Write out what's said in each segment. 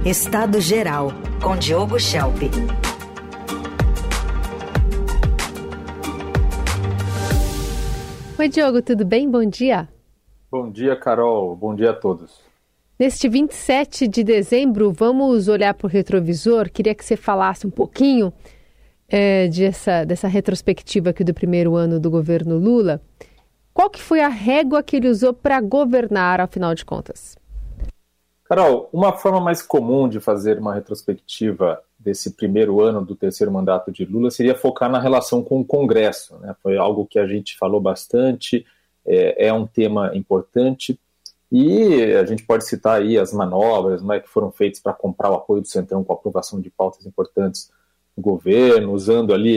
Estado Geral, com Diogo Schelp. Oi, Diogo, tudo bem? Bom dia. Bom dia, Carol. Bom dia a todos. Neste 27 de dezembro, vamos olhar para o retrovisor. Queria que você falasse um pouquinho dessa retrospectiva aqui do primeiro ano do governo Lula. Qual que foi a régua que ele usou para governar, afinal de contas? Carol, uma forma mais comum de fazer uma retrospectiva desse primeiro ano do terceiro mandato de Lula seria focar na relação com o Congresso, né? Foi algo que a gente falou bastante, é um tema importante, e a gente pode citar aí as manobras, né, que foram feitas para comprar o apoio do Centrão com a aprovação de pautas importantes do governo, usando ali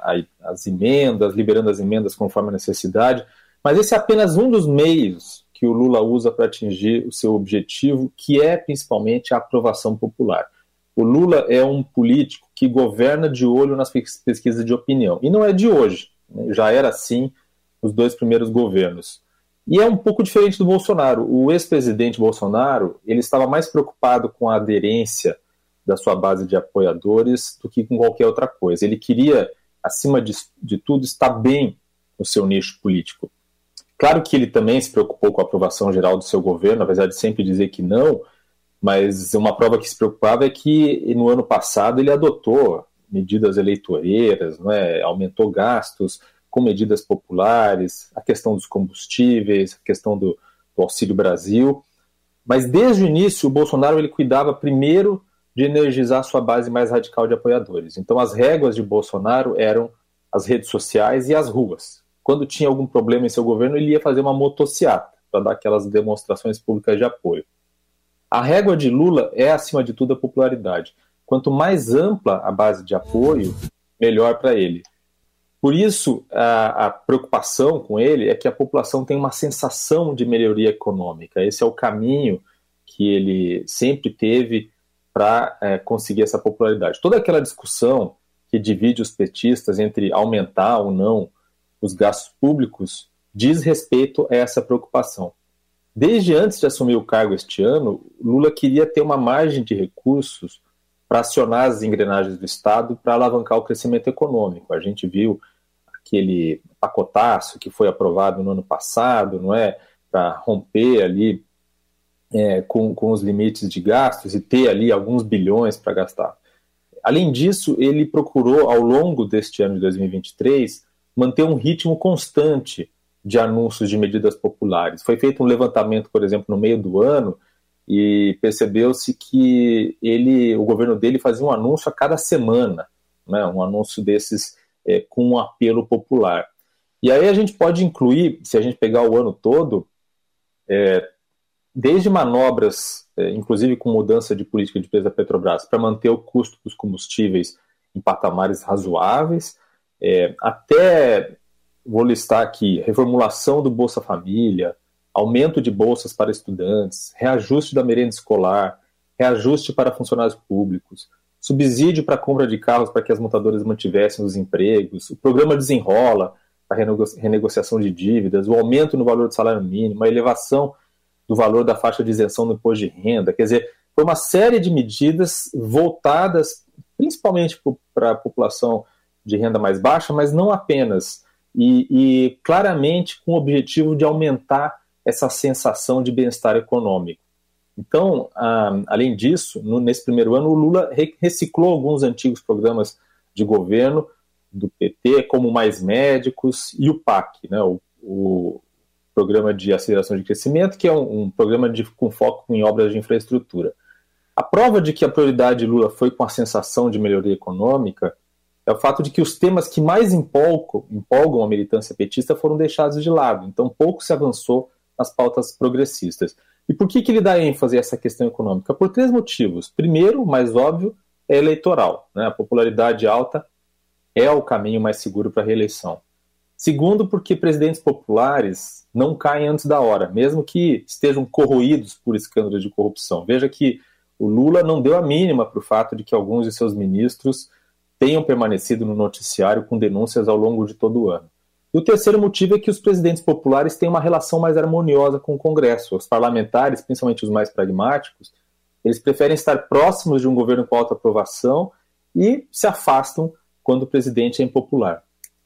as emendas, liberando as emendas conforme a necessidade, mas esse é apenas um dos meios que o Lula usa para atingir o seu objetivo, que é principalmente a aprovação popular. O Lula é um político que governa de olho nas pesquisas de opinião, e não é de hoje, né? Já era assim nos dois primeiros governos. E é um pouco diferente do Bolsonaro. O ex-presidente Bolsonaro, ele estava mais preocupado com a aderência da sua base de apoiadores do que com qualquer outra coisa. Ele queria, acima de tudo, estar bem no seu nicho político. Claro que ele também se preocupou com a aprovação geral do seu governo, apesar de sempre dizer que não, mas uma prova que se preocupava é que no ano passado ele adotou medidas eleitoreiras, não é? Aumentou gastos com medidas populares, a questão dos combustíveis, a questão do Auxílio Brasil, mas desde o início o Bolsonaro ele cuidava primeiro de energizar sua base mais radical de apoiadores. Então as réguas de Bolsonaro eram as redes sociais e as ruas. Quando tinha algum problema em seu governo, ele ia fazer uma motociata para dar aquelas demonstrações públicas de apoio. A régua de Lula é, acima de tudo, a popularidade. Quanto mais ampla a base de apoio, melhor para ele. Por isso, a preocupação com ele é que a população tem uma sensação de melhoria econômica. Esse é o caminho que ele sempre teve para conseguir essa popularidade. Toda aquela discussão que divide os petistas entre aumentar ou não os gastos públicos diz respeito a essa preocupação. Desde antes de assumir o cargo este ano, Lula queria ter uma margem de recursos para acionar as engrenagens do Estado para alavancar o crescimento econômico. A gente viu aquele pacotaço que foi aprovado no ano passado, não é, para romper ali com os limites de gastos e ter ali alguns bilhões para gastar. Além disso, ele procurou, ao longo deste ano de 2023, manter um ritmo constante de anúncios de medidas populares. Foi feito um levantamento, por exemplo, no meio do ano, e percebeu-se que o governo dele fazia um anúncio a cada semana, né, um anúncio desses com um apelo popular. E aí a gente pode incluir, se a gente pegar o ano todo, desde manobras, inclusive com mudança de política de preço da Petrobras, para manter o custo dos combustíveis em patamares razoáveis, até, vou listar aqui, reformulação do Bolsa Família, aumento de bolsas para estudantes, reajuste da merenda escolar, reajuste para funcionários públicos, subsídio para a compra de carros para que as montadoras mantivessem os empregos, o programa Desenrola, a renegociação de dívidas, o aumento no valor do salário mínimo, a elevação do valor da faixa de isenção do imposto de renda. Quer dizer, foi uma série de medidas voltadas principalmente para a população de renda mais baixa, mas não apenas, e claramente com o objetivo de aumentar essa sensação de bem-estar econômico. Então, além disso, nesse primeiro ano, o Lula reciclou alguns antigos programas de governo do PT, como o Mais Médicos e o PAC, né, o Programa de Aceleração de Crescimento, que é um programa com foco em obras de infraestrutura. A prova de que a prioridade de Lula foi com a sensação de melhoria econômica é o fato de que os temas que mais empolgam a militância petista foram deixados de lado. Então, pouco se avançou nas pautas progressistas. E por que ele dá ênfase a essa questão econômica? Por 3 motivos. Primeiro, o mais óbvio, é eleitoral, né? A popularidade alta é o caminho mais seguro para a reeleição. Segundo, porque presidentes populares não caem antes da hora, mesmo que estejam corroídos por escândalos de corrupção. Veja que o Lula não deu a mínima para o fato de que alguns de seus ministros tenham permanecido no noticiário com denúncias ao longo de todo o ano. E o terceiro motivo é que os presidentes populares têm uma relação mais harmoniosa com o Congresso. Os parlamentares, principalmente os mais pragmáticos, Eles preferem estar próximos de um governo com alta aprovação e se afastam quando o presidente é impopular.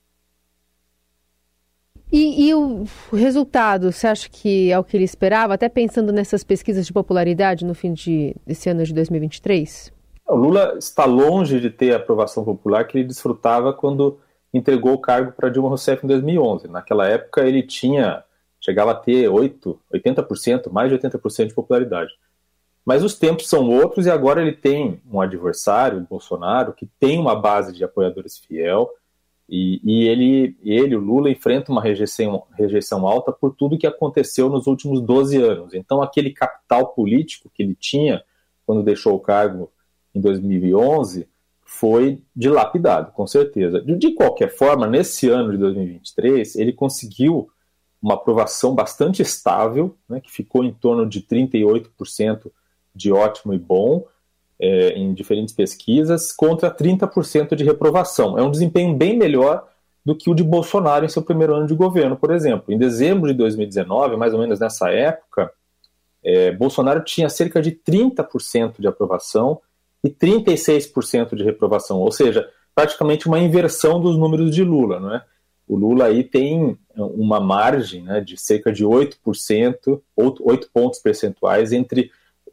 E o resultado, você acha que é o que ele esperava, até pensando nessas pesquisas de popularidade no fim desse ano de 2023? O Lula está longe de ter a aprovação popular que ele desfrutava quando entregou o cargo para Dilma Rousseff em 2011. Naquela época ele chegava a ter 80%, mais de 80% de popularidade. Mas os tempos são outros e agora ele tem um adversário, o Bolsonaro, que tem uma base de apoiadores fiel e ele, o Lula, enfrenta uma rejeição alta por tudo que aconteceu nos últimos 12 anos. Então aquele capital político que ele tinha quando deixou o cargo em 2011 foi dilapidado, com certeza. De qualquer forma, nesse ano de 2023, ele conseguiu uma aprovação bastante estável, né, que ficou em torno de 38% de ótimo e bom, em diferentes pesquisas, contra 30% de reprovação. É um desempenho bem melhor do que o de Bolsonaro em seu primeiro ano de governo, por exemplo. Em dezembro de 2019, mais ou menos nessa época, Bolsonaro tinha cerca de 30% de aprovação e 36% de reprovação, ou seja, praticamente uma inversão dos números de Lula, não é? O Lula aí tem uma margem, né, de cerca de 8%, 8 pontos percentuais entre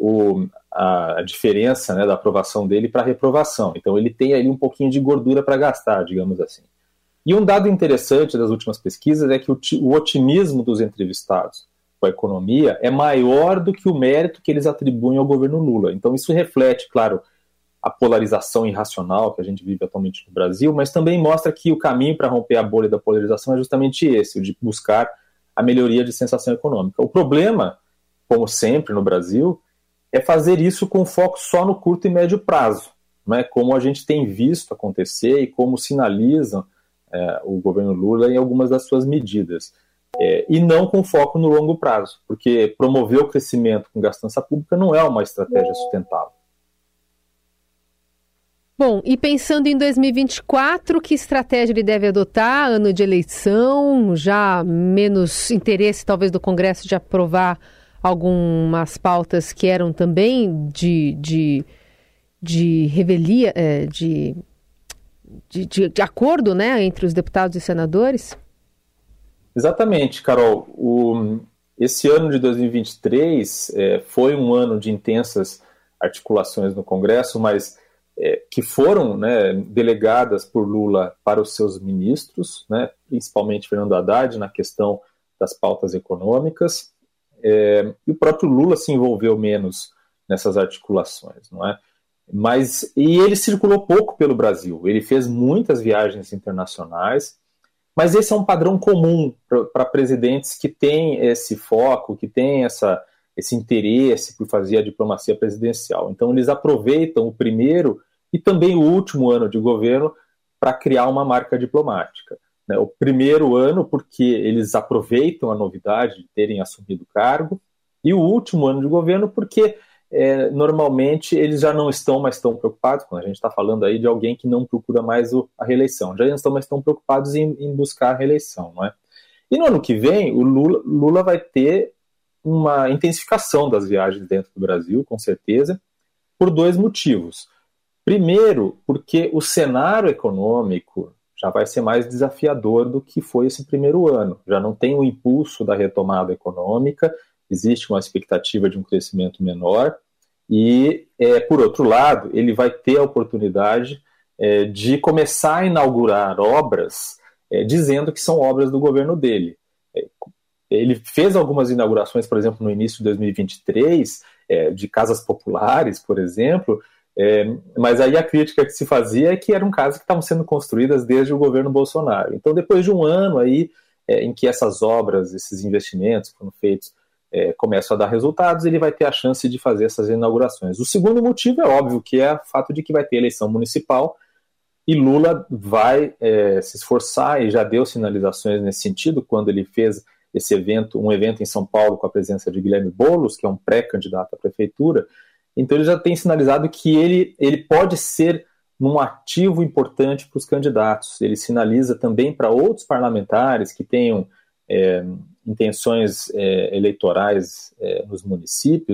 a diferença, né, da aprovação dele para a reprovação. Então ele tem ali um pouquinho de gordura para gastar, digamos assim. E um dado interessante das últimas pesquisas é que o otimismo dos entrevistados com a economia é maior do que o mérito que eles atribuem ao governo Lula. Então isso reflete, claro, a polarização irracional que a gente vive atualmente no Brasil, mas também mostra que o caminho para romper a bolha da polarização é justamente esse, o de buscar a melhoria de sensação econômica. O problema, como sempre no Brasil, é fazer isso com foco só no curto e médio prazo, né? Como a gente tem visto acontecer e como sinaliza o governo Lula em algumas das suas medidas. E não com foco no longo prazo, porque promover o crescimento com gastança pública não é uma estratégia sustentável. Bom, e pensando em 2024, que estratégia ele deve adotar? Ano de eleição, já menos interesse talvez do Congresso de aprovar algumas pautas que eram também de revelia, de acordo, né, entre os deputados e senadores? Exatamente, Carol. Esse ano de 2023 foi um ano de intensas articulações no Congresso, mas que foram, né, delegadas por Lula para os seus ministros, né, principalmente Fernando Haddad, na questão das pautas econômicas, e o próprio Lula se envolveu menos nessas articulações, não é? E ele circulou pouco pelo Brasil, ele fez muitas viagens internacionais, mas esse é um padrão comum para presidentes que têm esse foco, que têm esse interesse por fazer a diplomacia presidencial. Então eles aproveitam o primeiro e também o último ano de governo para criar uma marca diplomática. O primeiro ano porque eles aproveitam a novidade de terem assumido o cargo, e o último ano de governo porque normalmente eles já não estão mais tão preocupados, quando a gente está falando aí de alguém que não procura mais a reeleição, já não estão mais tão preocupados em buscar a reeleição, não é? E no ano que vem o Lula vai ter uma intensificação das viagens dentro do Brasil, com certeza, por 2 motivos. Primeiro, porque o cenário econômico já vai ser mais desafiador do que foi esse primeiro ano. Já não tem o impulso da retomada econômica, existe uma expectativa de um crescimento menor e, por outro lado, ele vai ter a oportunidade de começar a inaugurar obras dizendo que são obras do governo dele. Ele fez algumas inaugurações, por exemplo, no início de 2023, de casas populares, por exemplo, mas aí a crítica que se fazia é que eram casas que estavam sendo construídas desde o governo Bolsonaro. Então, depois de um ano aí, em que essas obras, esses investimentos foram feitos, começam a dar resultados, ele vai ter a chance de fazer essas inaugurações. O segundo motivo é óbvio, que é o fato de que vai ter eleição municipal e Lula vai se esforçar, e já deu sinalizações nesse sentido, quando ele fez um evento em São Paulo com a presença de Guilherme Boulos, que é um pré-candidato à prefeitura. Então ele já tem sinalizado que ele pode ser um ativo importante para os candidatos. Ele sinaliza também para outros parlamentares que tenham intenções eleitorais nos municípios,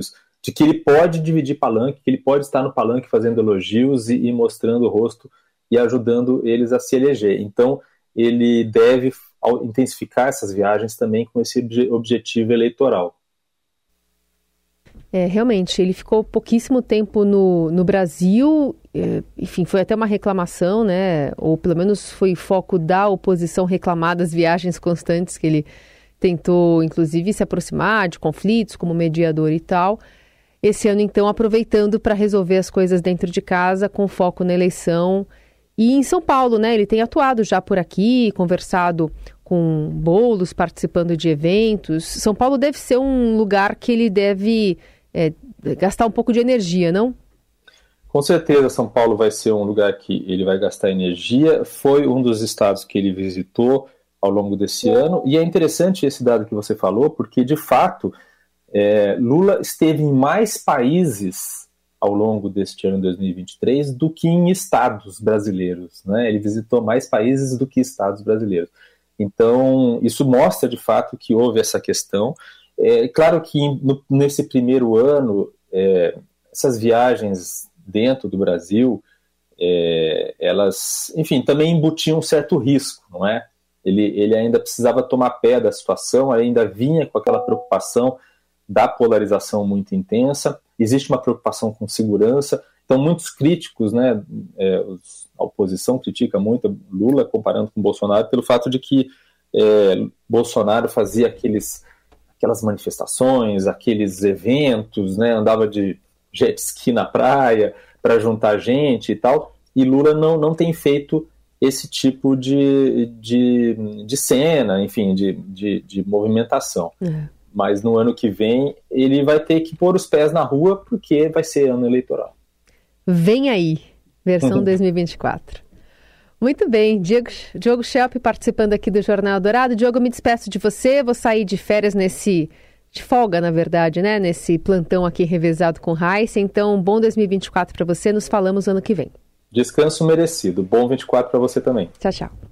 de que ele pode dividir palanque, que ele pode estar no palanque fazendo elogios e mostrando o rosto e ajudando eles a se eleger. Então, ele deve intensificar essas viagens também com esse objetivo eleitoral. Realmente, ele ficou pouquíssimo tempo no Brasil, enfim, foi até uma reclamação, né? Ou pelo menos foi foco da oposição reclamar das viagens constantes que ele tentou, inclusive, se aproximar de conflitos como mediador e tal. Esse ano, então, aproveitando para resolver as coisas dentro de casa, com foco na eleição. E em São Paulo, né? Ele tem atuado já por aqui, conversado com Boulos, participando de eventos. São Paulo deve ser um lugar que ele deve gastar um pouco de energia, não? Com certeza, São Paulo vai ser um lugar que ele vai gastar energia. Foi um dos estados que ele visitou ao longo desse ano. E é interessante esse dado que você falou, porque, de fato, Lula esteve em mais países ao longo deste ano de 2023 do que em estados brasileiros, né? Ele visitou mais países do que estados brasileiros. Então, isso mostra, de fato, que houve essa questão. Claro que nesse primeiro ano, essas viagens dentro do Brasil, elas, enfim, também embutiam um certo risco, não é? Ele ainda precisava tomar pé da situação, ainda vinha com aquela preocupação da polarização muito intensa, existe uma preocupação com segurança, então muitos críticos, né, a oposição critica muito Lula comparando com Bolsonaro pelo fato de que Bolsonaro fazia aquelas manifestações, aqueles eventos, né, andava de jet ski na praia para juntar gente e tal, e Lula não tem feito esse tipo de cena, enfim, de movimentação. Mas no ano que vem ele vai ter que pôr os pés na rua porque vai ser ano eleitoral. Vem aí, versão 2024. Muito bem, Diogo Schelp participando aqui do Jornal Dourado. Diogo, me despeço de você, vou sair de férias de folga, na verdade, né? Nesse plantão aqui revezado com Raíssa. Então, bom 2024 para você, nos falamos ano que vem. Descanso merecido, bom 24 para você também. Tchau, tchau.